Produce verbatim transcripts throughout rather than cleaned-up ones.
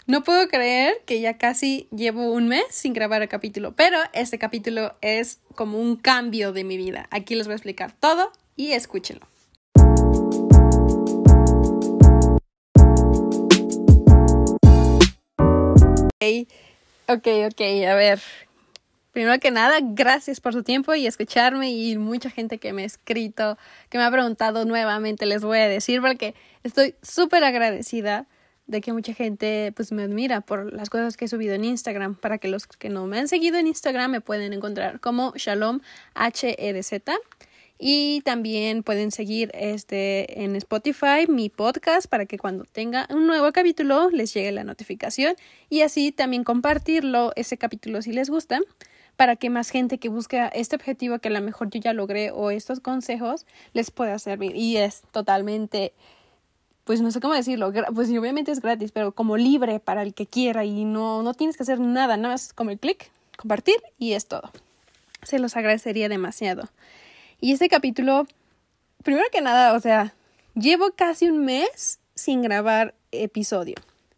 No puedo creer que ya casi llevo un mes sin grabar el capítulo, pero este capítulo es como un cambio de mi vida. Aquí les voy a explicar todo y escúchenlo. Ok, ok, ok, a ver. Primero que nada, gracias por su tiempo y escucharme y mucha gente que me ha escrito, que me ha preguntado nuevamente, les voy a decir porque estoy súper agradecida de que mucha gente pues me admira por las cosas que he subido en Instagram. Para que los que no me han seguido en Instagram me pueden encontrar como Shalom H E D Z. Y también pueden seguir este en Spotify mi podcast para que cuando tenga un nuevo capítulo les llegue la notificación y así también compartirlo ese capítulo si les gusta, para que más gente que busque este objetivo que a lo mejor yo ya logré o estos consejos les pueda servir. Y es totalmente, pues no sé cómo decirlo, pues obviamente es gratis, pero como libre para el que quiera y no, no tienes que hacer nada, nada más como el clic, compartir y es todo. Se los agradecería demasiado. Y este capítulo, primero que nada, o sea, llevo casi un mes sin grabar episodio.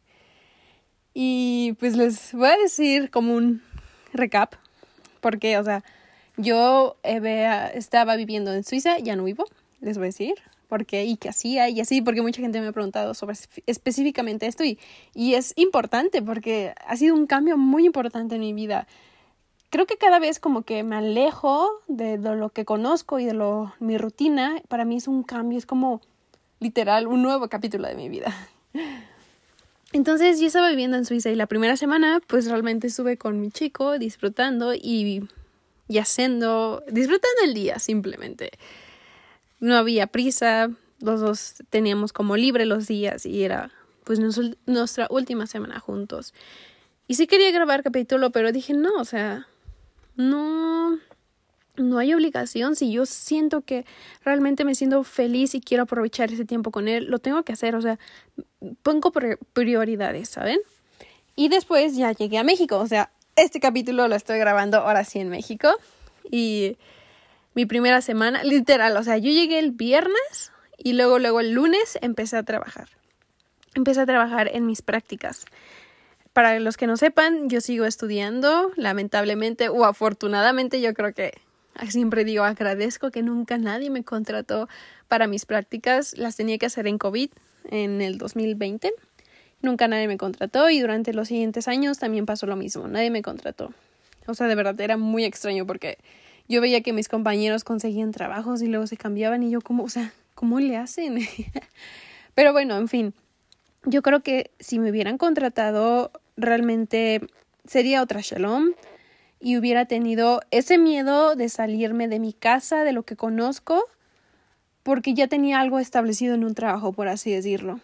Y pues les voy a decir como un recap. Porque, o sea, yo eh, estaba viviendo en Suiza, ya no vivo, les voy a decir, porque y qué hacía y así, porque mucha gente me ha preguntado sobre específicamente esto y, y es importante porque ha sido un cambio muy importante en mi vida. Creo que cada vez como que me alejo de, de lo que conozco y de lo, mi rutina, para mí es un cambio, es como literal un nuevo capítulo de mi vida. Entonces yo estaba viviendo en Suiza y la primera semana pues realmente estuve con mi chico disfrutando y, y haciendo, disfrutando el día simplemente. No había prisa, los dos teníamos como libre los días y era pues nos, nuestra última semana juntos. Y sí quería grabar capítulo, pero dije no, o sea, no... No hay obligación. Si yo siento que realmente me siento feliz y quiero aprovechar ese tiempo con él, lo tengo que hacer. O sea, pongo prioridades, ¿saben? Y después ya llegué a México. O sea, este capítulo lo estoy grabando ahora sí en México. Y mi primera semana, literal, o sea, yo llegué el viernes y luego, luego el lunes empecé a trabajar. Empecé a trabajar en mis prácticas. Para los que no sepan, yo sigo estudiando, lamentablemente o afortunadamente, yo creo que siempre digo, agradezco que nunca nadie me contrató para mis prácticas. Las tenía que hacer en COVID en el dos mil veinte. Nunca nadie me contrató y durante los siguientes años también pasó lo mismo. Nadie me contrató. O sea, de verdad era muy extraño porque yo veía que mis compañeros conseguían trabajos y luego se cambiaban y yo como, o sea, ¿cómo le hacen? Pero bueno, en fin. Yo creo que si me hubieran contratado realmente sería otra Shalom. Y hubiera tenido ese miedo de salirme de mi casa, de lo que conozco, porque ya tenía algo establecido en un trabajo, por así decirlo.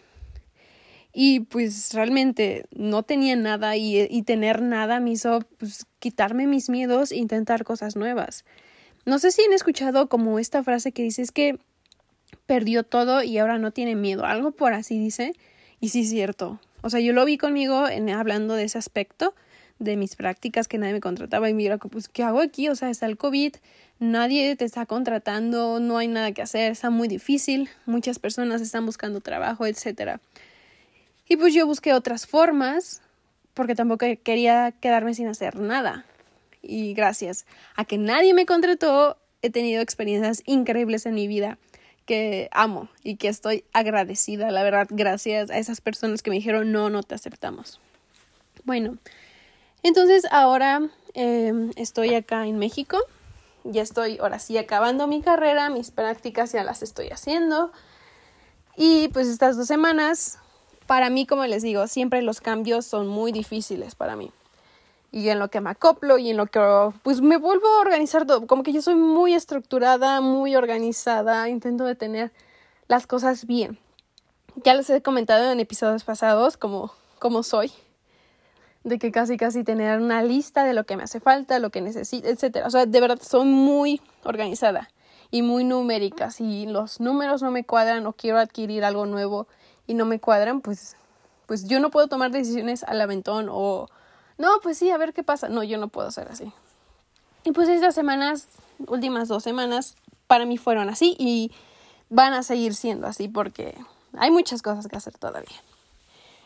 Y pues realmente no tenía nada y, y tener nada me hizo pues, quitarme mis miedos e intentar cosas nuevas. No sé si han escuchado como esta frase que dice es que perdió todo y ahora no tiene miedo. Algo por así dice. Y sí es cierto. O sea, yo lo vi conmigo en, hablando de ese aspecto de mis prácticas que nadie me contrataba y mira, pues, ¿qué hago aquí? O sea, está el COVID, nadie te está contratando, no hay nada que hacer, está muy difícil, muchas personas están buscando trabajo, etcétera. Y pues yo busqué otras formas porque tampoco quería quedarme sin hacer nada. Y gracias a que nadie me contrató, he tenido experiencias increíbles en mi vida que amo y que estoy agradecida, la verdad, gracias a esas personas que me dijeron, no, no te aceptamos. Bueno, entonces ahora eh, estoy acá en México, ya estoy ahora sí acabando mi carrera, mis prácticas ya las estoy haciendo y pues estas dos semanas, para mí, como les digo, siempre los cambios son muy difíciles para mí y en lo que me acoplo y en lo que pues me vuelvo a organizar todo, como que yo soy muy estructurada, muy organizada, intento de tener las cosas bien. Ya les he comentado en episodios pasados cómo, cómo soy. De que casi casi tener una lista de lo que me hace falta, lo que necesito, etcétera. O sea, de verdad soy muy organizada y muy numérica. Si los números no me cuadran o quiero adquirir algo nuevo y no me cuadran, pues, pues yo no puedo tomar decisiones al aventón o no, pues sí, a ver qué pasa. No, yo no puedo ser así. Y pues estas semanas, últimas dos semanas, para mí fueron así y van a seguir siendo así porque hay muchas cosas que hacer todavía.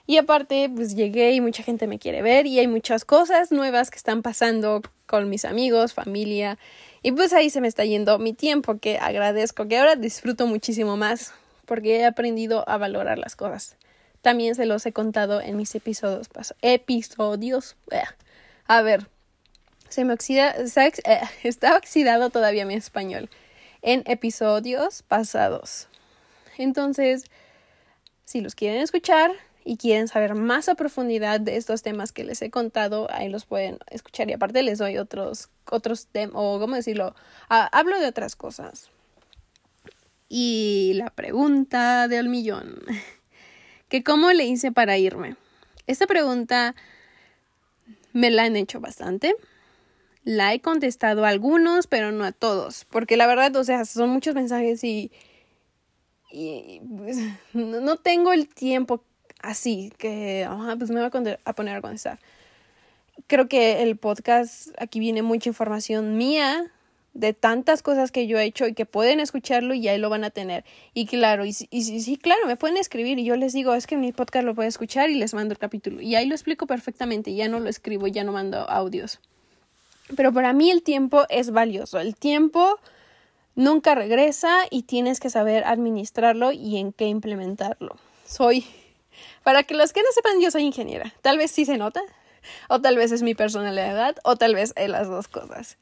Y aparte, pues llegué y mucha gente me quiere ver y hay muchas cosas nuevas que están pasando con mis amigos, familia. Y pues ahí se me está yendo mi tiempo, que agradezco, que ahora disfruto muchísimo más porque he aprendido a valorar las cosas. También se los he contado en mis episodios. Pas- episodios. A ver, se me oxida, se, eh, está oxidado todavía mi español. En episodios pasados. Entonces, si los quieren escuchar y quieren saber más a profundidad de estos temas que les he contado, ahí los pueden escuchar. Y aparte les doy otros, otros temas, o cómo decirlo, ah, hablo de otras cosas. Y la pregunta del millón, que cómo le hice para irme. Esta pregunta me la han hecho bastante. La he contestado a algunos, pero no a todos. Porque la verdad, o sea, son muchos mensajes y, y pues, no, no tengo el tiempo así que ah, pues me voy a, conte- a poner a contestar. Creo que el podcast, aquí viene mucha información mía de tantas cosas que yo he hecho y que pueden escucharlo y ahí lo van a tener. Y claro, y, y, y sí, claro, me pueden escribir y yo les digo, es que mi podcast lo pueden escuchar y les mando el capítulo. Y ahí lo explico perfectamente, ya no lo escribo, ya no mando audios. Pero para mí el tiempo es valioso. El tiempo nunca regresa y tienes que saber administrarlo y en qué implementarlo. Soy, para que los que no sepan, yo soy ingeniera. Tal vez sí se nota, o tal vez es mi personalidad, o tal vez es las dos cosas.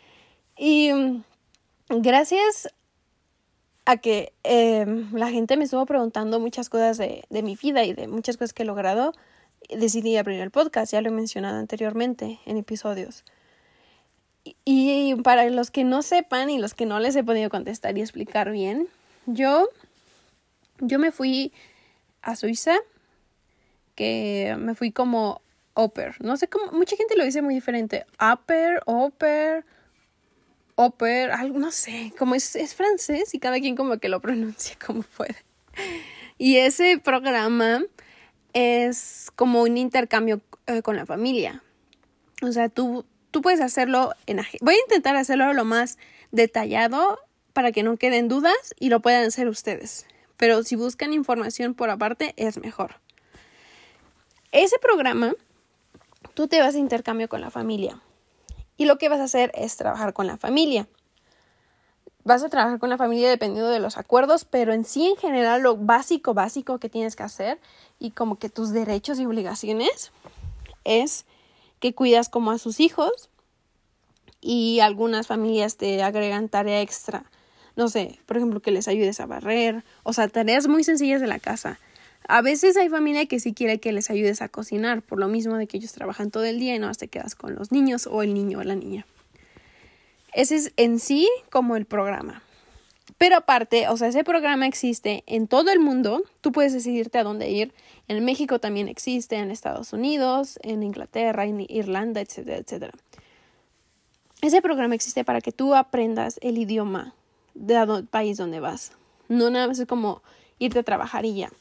Y gracias a que eh, la gente me estuvo preguntando muchas cosas de, de mi vida y de muchas cosas que he logrado, decidí abrir el podcast. Ya lo he mencionado anteriormente en episodios. Y, y para los que no sepan y los que no les he podido contestar y explicar bien, yo, yo me fui a Suiza, que me fui como au pair. No sé cómo, mucha gente lo dice muy diferente. Au pair, au pair... au pair, algo, no sé, como es, es francés y cada quien como que lo pronuncia como puede. Y ese programa es como un intercambio eh, con la familia. O sea, tú, tú puedes hacerlo en... Voy a intentar hacerlo lo más detallado para que no queden dudas y lo puedan hacer ustedes. Pero si buscan información por aparte, es mejor. Ese programa, tú te vas a intercambio con la familia. Y lo que vas a hacer es trabajar con la familia. Vas a trabajar con la familia dependiendo de los acuerdos, pero en sí, en general, lo básico, básico que tienes que hacer y como que tus derechos y obligaciones es que cuidas como a sus hijos y algunas familias te agregan tarea extra. No sé, por ejemplo, que les ayudes a barrer, o sea, tareas muy sencillas de la casa. A veces hay familia que sí quiere que les ayudes a cocinar, por lo mismo de que ellos trabajan todo el día y no te quedas con los niños o el niño o la niña. Ese es en sí como el programa. Pero aparte, o sea, ese programa existe en todo el mundo. Tú puedes decidirte a dónde ir. En México también existe, en Estados Unidos, en Inglaterra, en Irlanda, etcétera, etcétera. Ese programa existe para que tú aprendas el idioma del país donde vas. No nada más es como irte a trabajar y ya.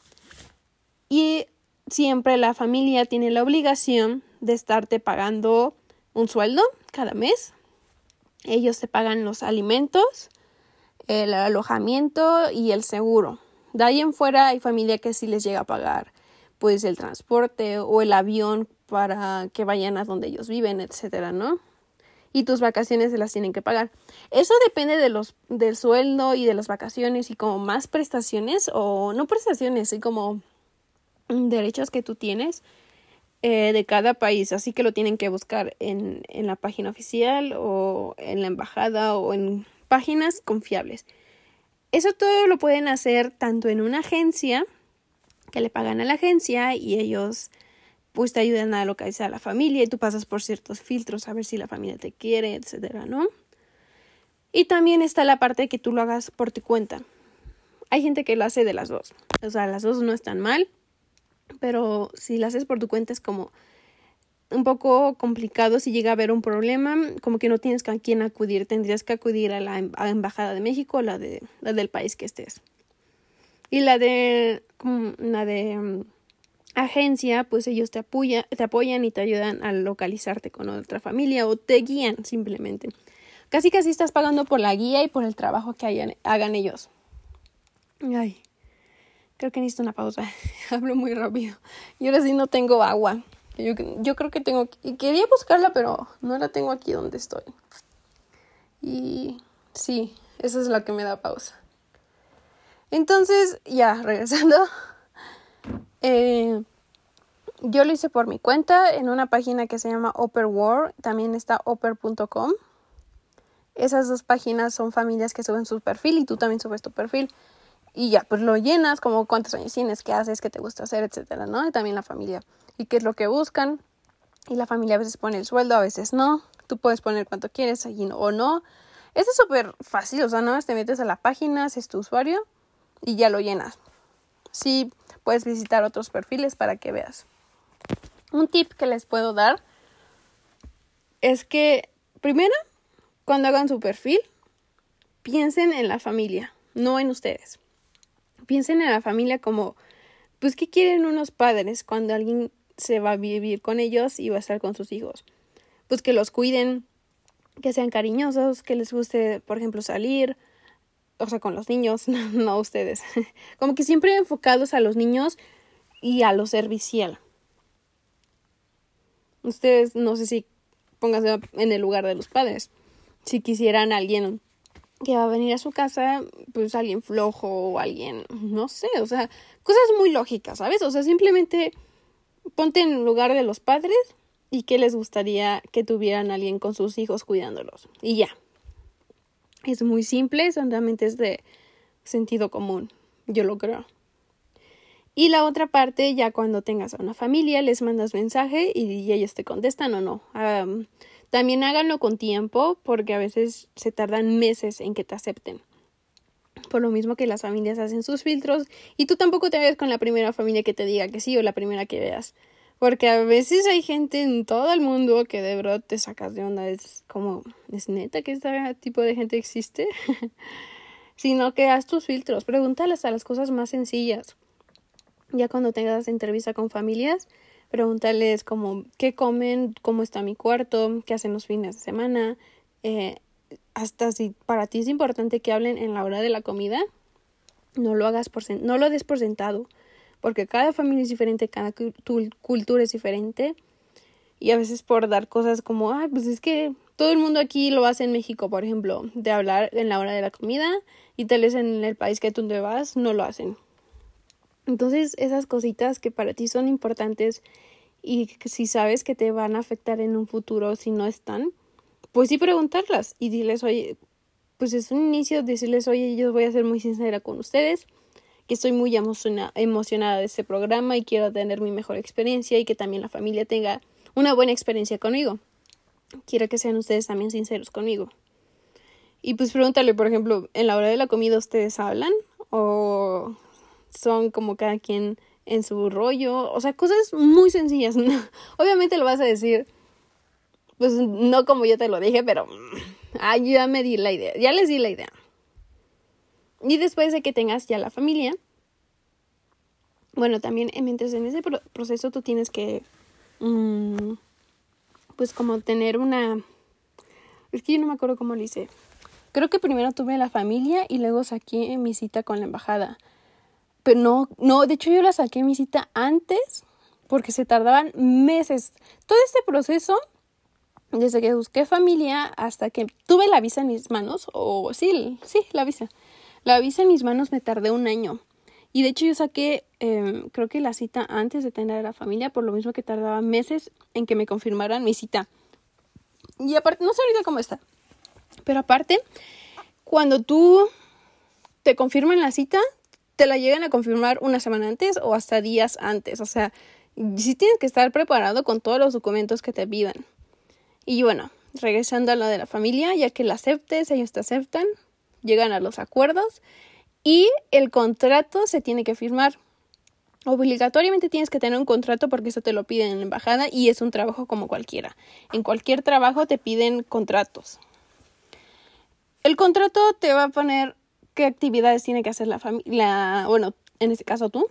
Y siempre la familia tiene la obligación de estarte pagando un sueldo cada mes. Ellos te pagan los alimentos, el alojamiento y el seguro. De ahí en fuera hay familia que sí les llega a pagar pues el transporte o el avión para que vayan a donde ellos viven, etcétera, ¿no? Y tus vacaciones se las tienen que pagar. Eso depende de los, del sueldo y de las vacaciones y como más prestaciones o no prestaciones, sino como derechos que tú tienes eh, de cada país, así que lo tienen que buscar en, en la página oficial o en la embajada o en páginas confiables. Eso todo lo pueden hacer tanto en una agencia que le pagan a la agencia y ellos pues te ayudan a localizar a la familia y tú pasas por ciertos filtros a ver si la familia te quiere, etcétera, ¿no? Y también está la parte de que tú lo hagas por tu cuenta. Hay gente que lo hace de las dos, o sea, las dos no están mal. Pero si lo haces por tu cuenta es como un poco complicado si llega a haber un problema, como que no tienes a quién acudir. Tendrías que acudir a la, a la Embajada de México o la, de, la del país que estés. Y la de, la de um, agencia, pues ellos te, apoya, te apoyan y te ayudan a localizarte con otra familia o te guían simplemente. Casi casi estás pagando por la guía y por el trabajo que hayan, hagan ellos. Ay. Creo que necesito una pausa. Hablo muy rápido. Y ahora sí no tengo agua. Yo, yo creo que tengo... Quería buscarla, pero no la tengo aquí donde estoy. Y sí, esa es la que me da pausa. Entonces, ya, regresando. Eh, yo lo hice por mi cuenta en una página que se llama Opperworld. También está opper punto com. Esas dos páginas son familias que suben su perfil y tú también subes tu perfil. Y ya, pues lo llenas, como cuántos años tienes, qué haces, qué te gusta hacer, etcétera, ¿no? Y también la familia. Y qué es lo que buscan. Y la familia a veces pone el sueldo, a veces no. Tú puedes poner cuánto quieres allí o no. Esto es súper fácil, o sea, no te metes a la página, haces tu usuario y ya lo llenas. Sí, puedes visitar otros perfiles para que veas. Un tip que les puedo dar es que, primero, cuando hagan su perfil, piensen en la familia, no en ustedes. Piensen en la familia como, pues, ¿qué quieren unos padres cuando alguien se va a vivir con ellos y va a estar con sus hijos? Pues que los cuiden, que sean cariñosos, que les guste, por ejemplo, salir, o sea, con los niños, no, no ustedes. Como que siempre enfocados a los niños y a lo servicial. Ustedes, no sé si pónganse en el lugar de los padres. Si quisieran a alguien que va a venir a su casa, pues alguien flojo o alguien, no sé, o sea, cosas muy lógicas, ¿sabes? O sea, simplemente ponte en el lugar de los padres y qué les gustaría que tuvieran alguien con sus hijos cuidándolos. Y ya. Es muy simple, solamente es de sentido común, yo lo creo. Y la otra parte, ya cuando tengas a una familia, les mandas mensaje y, y ellos te contestan o no. Um, también háganlo con tiempo, porque a veces se tardan meses en que te acepten. Por lo mismo que las familias hacen sus filtros, y tú tampoco te vayas con la primera familia que te diga que sí o la primera que veas. Porque a veces hay gente en todo el mundo que de verdad te sacas de onda. Es como, ¿es neta que este tipo de gente existe? Sino que haz tus filtros, pregúntales a las cosas más sencillas. Ya cuando tengas entrevista con familias, pregúntales como qué comen, cómo está mi cuarto, qué hacen los fines de semana. Eh, hasta si para ti es importante que hablen en la hora de la comida, no lo hagas por sen- no lo des por sentado, porque cada familia es diferente, cada cu- cultura es diferente. Y a veces por dar cosas como, ay, pues es que todo el mundo aquí lo hace en México, por ejemplo, de hablar en la hora de la comida, y tal vez en el país que tú te vas no lo hacen. Entonces, esas cositas que para ti son importantes y que si sabes que te van a afectar en un futuro si no están, pues sí preguntarlas y diles, oye, pues es un inicio, decirles, oye, yo voy a ser muy sincera con ustedes, que estoy muy emociona- emocionada de este programa y quiero tener mi mejor experiencia y que también la familia tenga una buena experiencia conmigo. Quiero que sean ustedes también sinceros conmigo. Y pues pregúntale, por ejemplo, ¿en la hora de la comida ustedes hablan? ¿O son como cada quien en su rollo? O sea, cosas muy sencillas. Obviamente lo vas a decir, pues no como yo te lo dije, pero ay, ya me di la idea, ya les di la idea. Y después de que tengas ya la familia, bueno, también mientras en ese pro- proceso tú tienes que, mmm, pues como tener una, es que yo no me acuerdo cómo lo hice. Creo que primero tuve la familia y luego saqué mi cita con la embajada. Pero no, no, de hecho yo la saqué mi cita antes porque se tardaban meses. Todo este proceso, desde que busqué familia hasta que tuve la visa en mis manos, o sí, sí, la visa. La visa en mis manos me tardé un año. Y de hecho yo saqué, eh, creo que la cita antes de tener a la familia, por lo mismo que tardaba meses en que me confirmaran mi cita. Y aparte, no sé ahorita cómo está, pero aparte, cuando tú te confirman la cita, te la llegan a confirmar una semana antes o hasta días antes. O sea, sí tienes que estar preparado con todos los documentos que te pidan. Y bueno, regresando a lo de la familia, ya que la aceptes, ellos te aceptan, llegan a los acuerdos y el contrato se tiene que firmar. Obligatoriamente tienes que tener un contrato porque eso te lo piden en la embajada y es un trabajo como cualquiera. En cualquier trabajo te piden contratos. El contrato te va a poner qué actividades tiene que hacer la familia, bueno, en este caso tú.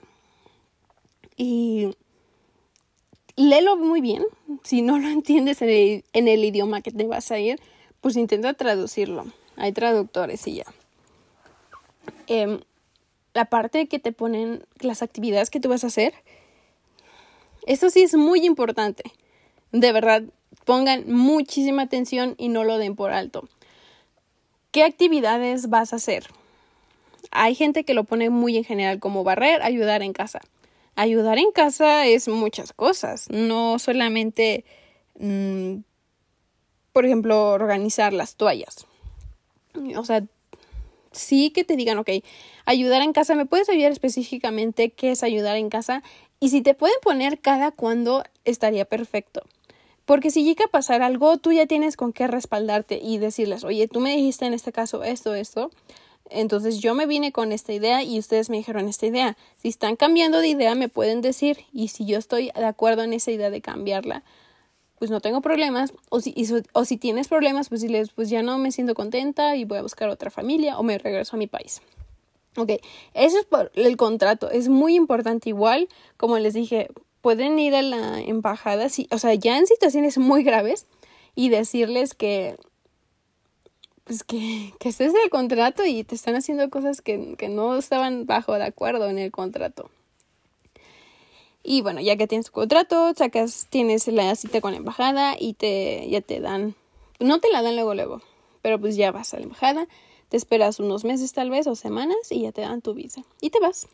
Y léelo muy bien. Si no lo entiendes en el, en el idioma que te vas a ir, pues intenta traducirlo. Hay traductores y ya. Eh, la parte que te ponen las actividades que tú vas a hacer, eso sí es muy importante. De verdad, pongan muchísima atención y no lo den por alto. ¿Qué actividades vas a hacer? Hay gente que lo pone muy en general como barrer, ayudar en casa. Ayudar en casa es muchas cosas, no solamente, mmm, por ejemplo, organizar las toallas. O sea, sí que te digan, ok, ayudar en casa, ¿me puedes ayudar específicamente qué es ayudar en casa? Y si te pueden poner cada cuándo, estaría perfecto. Porque si llega a pasar algo, tú ya tienes con qué respaldarte y decirles, oye, tú me dijiste en este caso esto, esto. Entonces yo me vine con esta idea y ustedes me dijeron esta idea. Si están cambiando de idea, me pueden decir. Y si yo estoy de acuerdo en esa idea de cambiarla, pues no tengo problemas. O si, y, o si tienes problemas, pues diles, pues ya no me siento contenta y voy a buscar otra familia o me regreso a mi país. Ok, eso es por el contrato. Es muy importante igual. Como les dije, pueden ir a la embajada, si, o sea, ya en situaciones muy graves y decirles que pues que, que estés en el contrato y te están haciendo cosas que, que no estaban bajo de acuerdo en el contrato. Y bueno, ya que tienes tu contrato, sacas, tienes la cita con la embajada y te ya te dan, no te la dan luego luego, pero pues ya vas a la embajada, te esperas unos meses tal vez o semanas y ya te dan tu visa y te vas.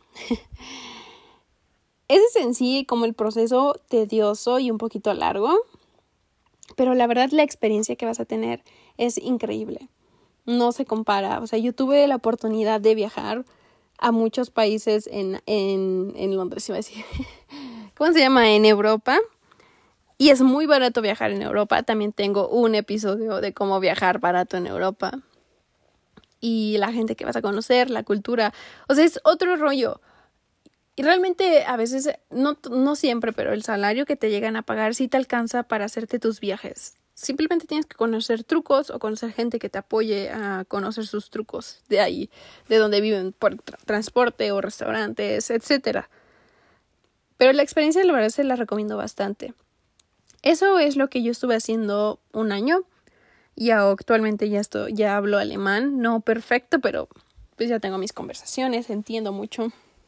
Ese es en sí como el proceso tedioso y un poquito largo, pero la verdad la experiencia que vas a tener es increíble. No se compara. O sea, yo tuve la oportunidad de viajar a muchos países en, en, en Londres, iba a decir. ¿Cómo se llama? En Europa. Y es muy barato viajar en Europa. También tengo un episodio de cómo viajar barato en Europa. Y la gente que vas a conocer, la cultura. O sea, es otro rollo. Y realmente a veces, no, no siempre, pero el salario que te llegan a pagar sí te alcanza para hacerte tus viajes. Simplemente tienes que conocer trucos o conocer gente que te apoye a conocer sus trucos de ahí, de donde viven, por tra- transporte o restaurantes, etcétera. Pero la experiencia, la verdad, se la recomiendo bastante. Eso es lo que yo estuve haciendo un año y actualmente ya, estoy, ya hablo alemán, no perfecto, pero pues ya tengo mis conversaciones, entiendo mucho.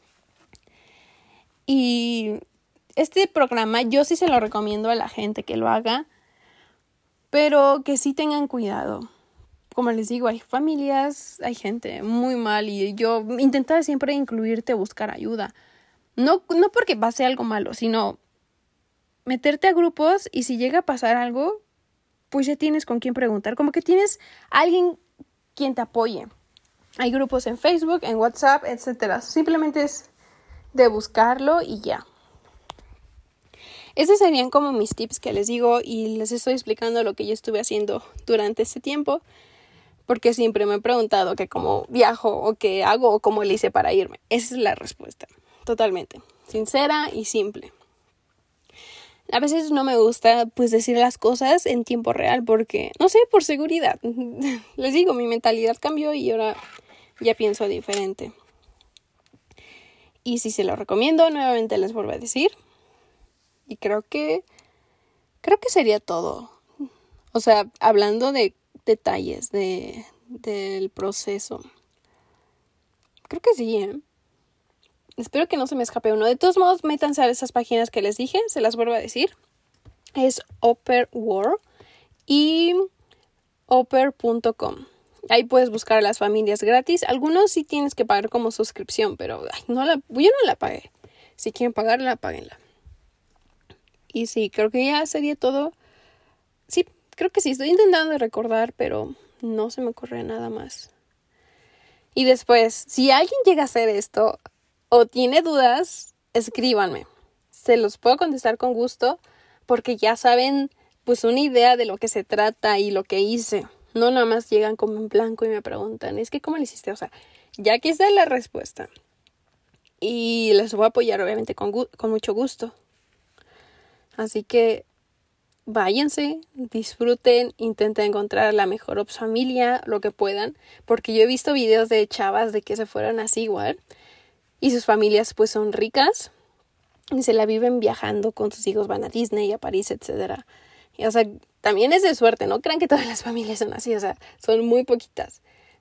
Y este programa yo sí se lo recomiendo a la gente que lo haga, pero que sí tengan cuidado. Como les digo, hay familias, hay gente muy mal y yo intentaba siempre incluirte, buscar ayuda. No, no porque pase algo malo, sino meterte a grupos y si llega a pasar algo, pues ya tienes con quién preguntar. Como que tienes alguien quien te apoye. Hay grupos en Facebook, en WhatsApp, etcétera. Simplemente es de buscarlo y ya. Esos serían como mis tips que les digo y les estoy explicando lo que yo estuve haciendo durante este tiempo, porque siempre me han preguntado que cómo viajo o qué hago o cómo le hice para irme. Esa es la respuesta, totalmente, sincera y simple. A veces no me gusta pues decir las cosas en tiempo real porque, no sé, por seguridad. Les digo, mi mentalidad cambió y ahora ya pienso diferente. Y si se lo recomiendo, nuevamente les vuelvo a decir. Y creo que, creo que sería todo. O sea, hablando de detalles de, del proceso. Creo que sí, ¿eh? Espero que no se me escape uno. De todos modos, métanse a esas páginas que les dije, se las vuelvo a decir. Es Au Pair World y au pair punto com. Ahí puedes buscar a las familias gratis. Algunos sí tienes que pagar como suscripción, pero ay, no la, yo no la pagué. Si quieren pagarla, páguenla. Y sí, creo que ya sería todo. Sí, creo que sí. Estoy intentando recordar, pero no se me ocurre nada más. Y después, si alguien llega a hacer esto o tiene dudas, escríbanme. Se los puedo contestar con gusto porque ya saben pues una idea de lo que se trata y lo que hice. No nada más llegan como en blanco y me preguntan, es que ¿cómo lo hiciste? O sea, ya aquí está la respuesta. Y les voy a apoyar obviamente con, gu- con mucho gusto. Así que váyanse, disfruten, intenten encontrar la mejor familia, lo que puedan. Porque yo he visto videos de chavas de que se fueron así igual. Y sus familias pues son ricas. Y se la viven viajando con sus hijos, van a Disney, a París, etcétera. Y, o sea, también es de suerte, no crean que todas las familias son así, o sea, son muy poquitas.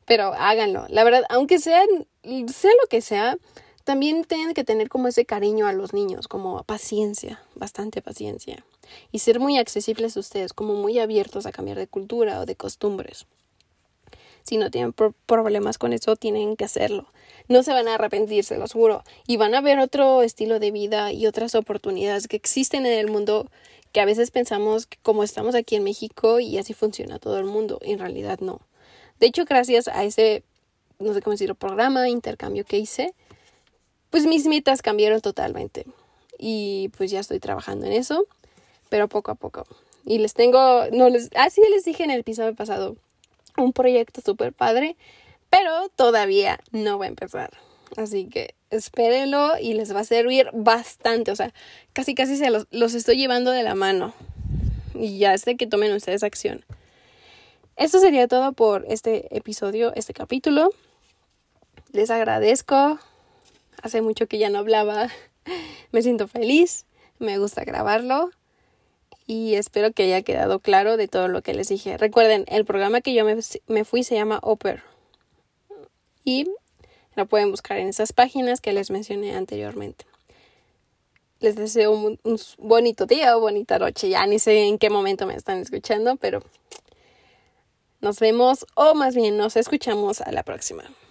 Pero háganlo. La verdad, aunque sean, sea lo que sea, también tienen que tener como ese cariño a los niños, como paciencia, bastante paciencia. Y ser muy accesibles a ustedes, como muy abiertos a cambiar de cultura o de costumbres. Si no tienen pro- problemas con eso, tienen que hacerlo. No se van a arrepentir, se los juro. Y van a ver otro estilo de vida y otras oportunidades que existen en el mundo que a veces pensamos que como estamos aquí en México y así funciona todo el mundo. En realidad no. De hecho, gracias a ese, no sé cómo decirlo, programa, intercambio que hice, pues mis metas cambiaron totalmente. Y pues ya estoy trabajando en eso, pero poco a poco. Y les tengo, no les, así ah, les dije en el episodio pasado, un proyecto súper padre, pero todavía no va a empezar. Así que espérenlo y les va a servir bastante. O sea, casi casi se los, los estoy llevando de la mano. Y ya sé que tomen ustedes acción. Esto sería todo por este episodio, este capítulo. Les agradezco. Hace mucho que ya no hablaba. Me siento feliz. Me gusta grabarlo. Y espero que haya quedado claro de todo lo que les dije. Recuerden, el programa que yo me, me fui se llama Au Pair. Y lo pueden buscar en esas páginas que les mencioné anteriormente. Les deseo un, un bonito día o bonita noche. Ya ni sé en qué momento me están escuchando, pero nos vemos o más bien nos escuchamos a la próxima.